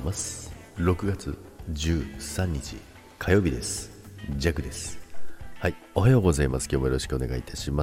ます。6月13日火曜日です。ジャクです。はい、おはようございます。今日もよろしくお願いいたします。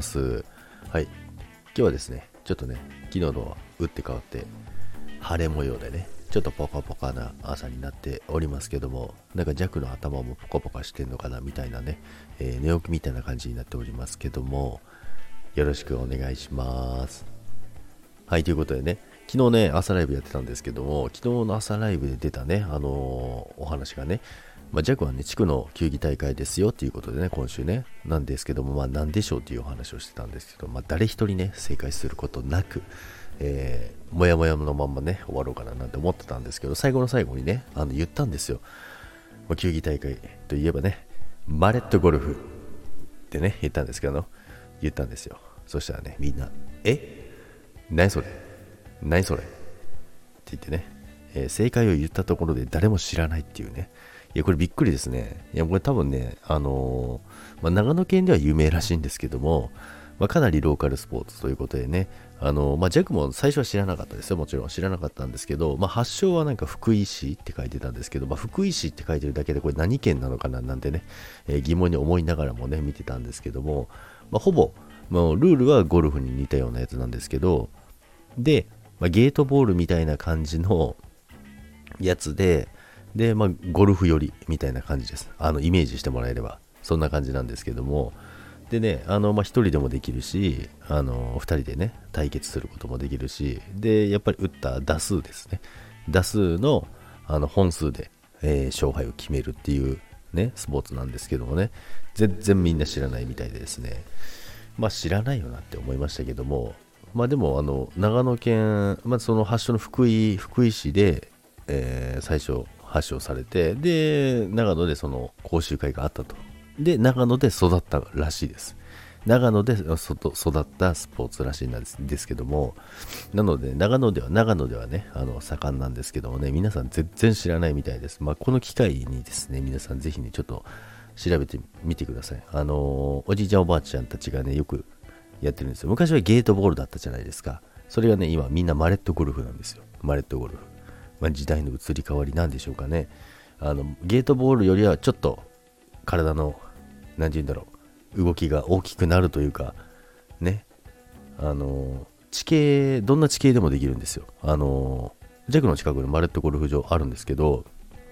はい、今日はですね、ちょっとね、昨日のは打って変わって晴れ模様でね、ちょっとポカポカな朝になっておりますけども、なんかジャクの頭もポカポカしてんのかなみたいなね、寝起きみたいな感じになっておりますけども、よろしくお願いします。はい、ということでね、昨日ね、朝ライブやってたんですけども、昨日の朝ライブで出たね、お話がね、ジャクはね、地区の球技大会ですよっていうことでね、今週ね、なんですけども、なんでしょうっていうお話をしてたんですけど、誰一人ね、正解することなく、もやもやのまんまね、終わろうかななんて思ってたんですけど、最後の最後にね、言ったんですよ。球技大会といえばね、マレットゴルフってね、言ったんですけど、言ったんですよ。そしたらね、みんな、何それ何それって言ってね、正解を言ったところで誰も知らないっていうね。いや、これびっくりですね。いや、これ多分ね、長野県では有名らしいんですけども、かなりローカルスポーツということでね、ジャックも最初は知らなかったですよ。もちろん知らなかったんですけど、発祥はなんか福井市って書いてたんですけど、福井市って書いてるだけでこれ何県なのかななんてね、疑問に思いながらもね、見てたんですけども、ほぼ、もうルールはゴルフに似たようなやつなんですけど、で、ゲートボールみたいな感じのやつで、ゴルフ寄りみたいな感じです。イメージしてもらえれば、そんな感じなんですけども、でね、一人でもできるし、二人でね、対決することもできるし、で、やっぱり打った打数ですね。打数の、本数で、勝敗を決めるっていうね、スポーツなんですけどもね、全然みんな知らないみたいでですね、知らないよなって思いましたけども、でも長野県、その発祥の福井市で、最初発祥されて、で長野でその講習会があったと。で長野で育ったらしいです。長野で育ったスポーツらしいんですけども、なので長野ではね、盛んなんですけどもね、皆さん全然知らないみたいです。この機会にですね、皆さんぜひね、ちょっと調べてみてください。おじいちゃんおばあちゃんたちがね、よくやってるんですよ。昔はゲートボールだったじゃないですか。それがね、今みんなマレットゴルフなんですよ。マレットゴルフ。時代の移り変わりなんでしょうかね。ゲートボールよりはちょっと体の、何て言うんだろう、動きが大きくなるというか、ね。地形、どんな地形でもできるんですよ。ジャクの近くにマレットゴルフ場あるんですけど、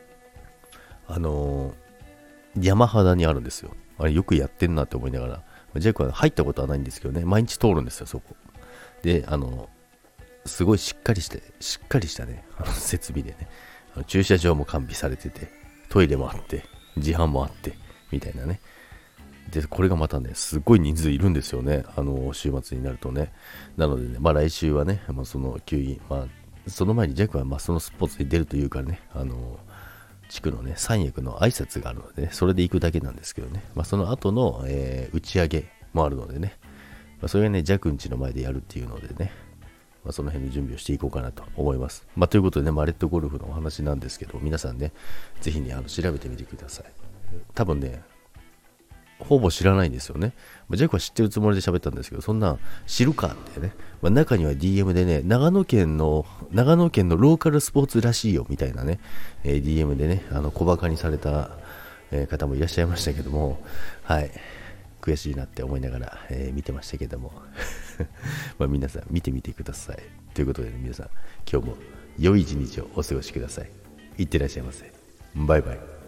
山肌にあるんですよ。あれよくやってんなって思いながら。ジャックは入ったことはないんですけどね、毎日通るんですよ、そこ。で、すごいしっかりしたね、設備でね、駐車場も完備されてて、トイレもあって、自販もあって、みたいなね。で、これがまたね、すごい人数いるんですよね、週末になるとね。なのでね、来週はね、その球技、その前にジャックはそのスポーツに出るというかね、地区のね、三役の挨拶があるので、ね、それで行くだけなんですけどね、その後の、打ち上げもあるのでね、それがね、ジャクんちの前でやるっていうのでね、その辺の準備をしていこうかなと思います。ということでね、マレットゴルフのお話なんですけど、皆さんね、ぜひね、調べてみてください。多分ね、ほぼ知らないんですよね。ジャクは知ってるつもりで喋ったんですけど、そんな知るかってね、中には DM でね、長野県のローカルスポーツらしいよみたいなね、DM でね、小馬鹿にされた、方もいらっしゃいましたけども、はい、悔しいなって思いながら、見てましたけども、皆さん見てみてください。ということでね、皆さん今日も良い一日をお過ごしください。いってらっしゃいませ。バイバイ。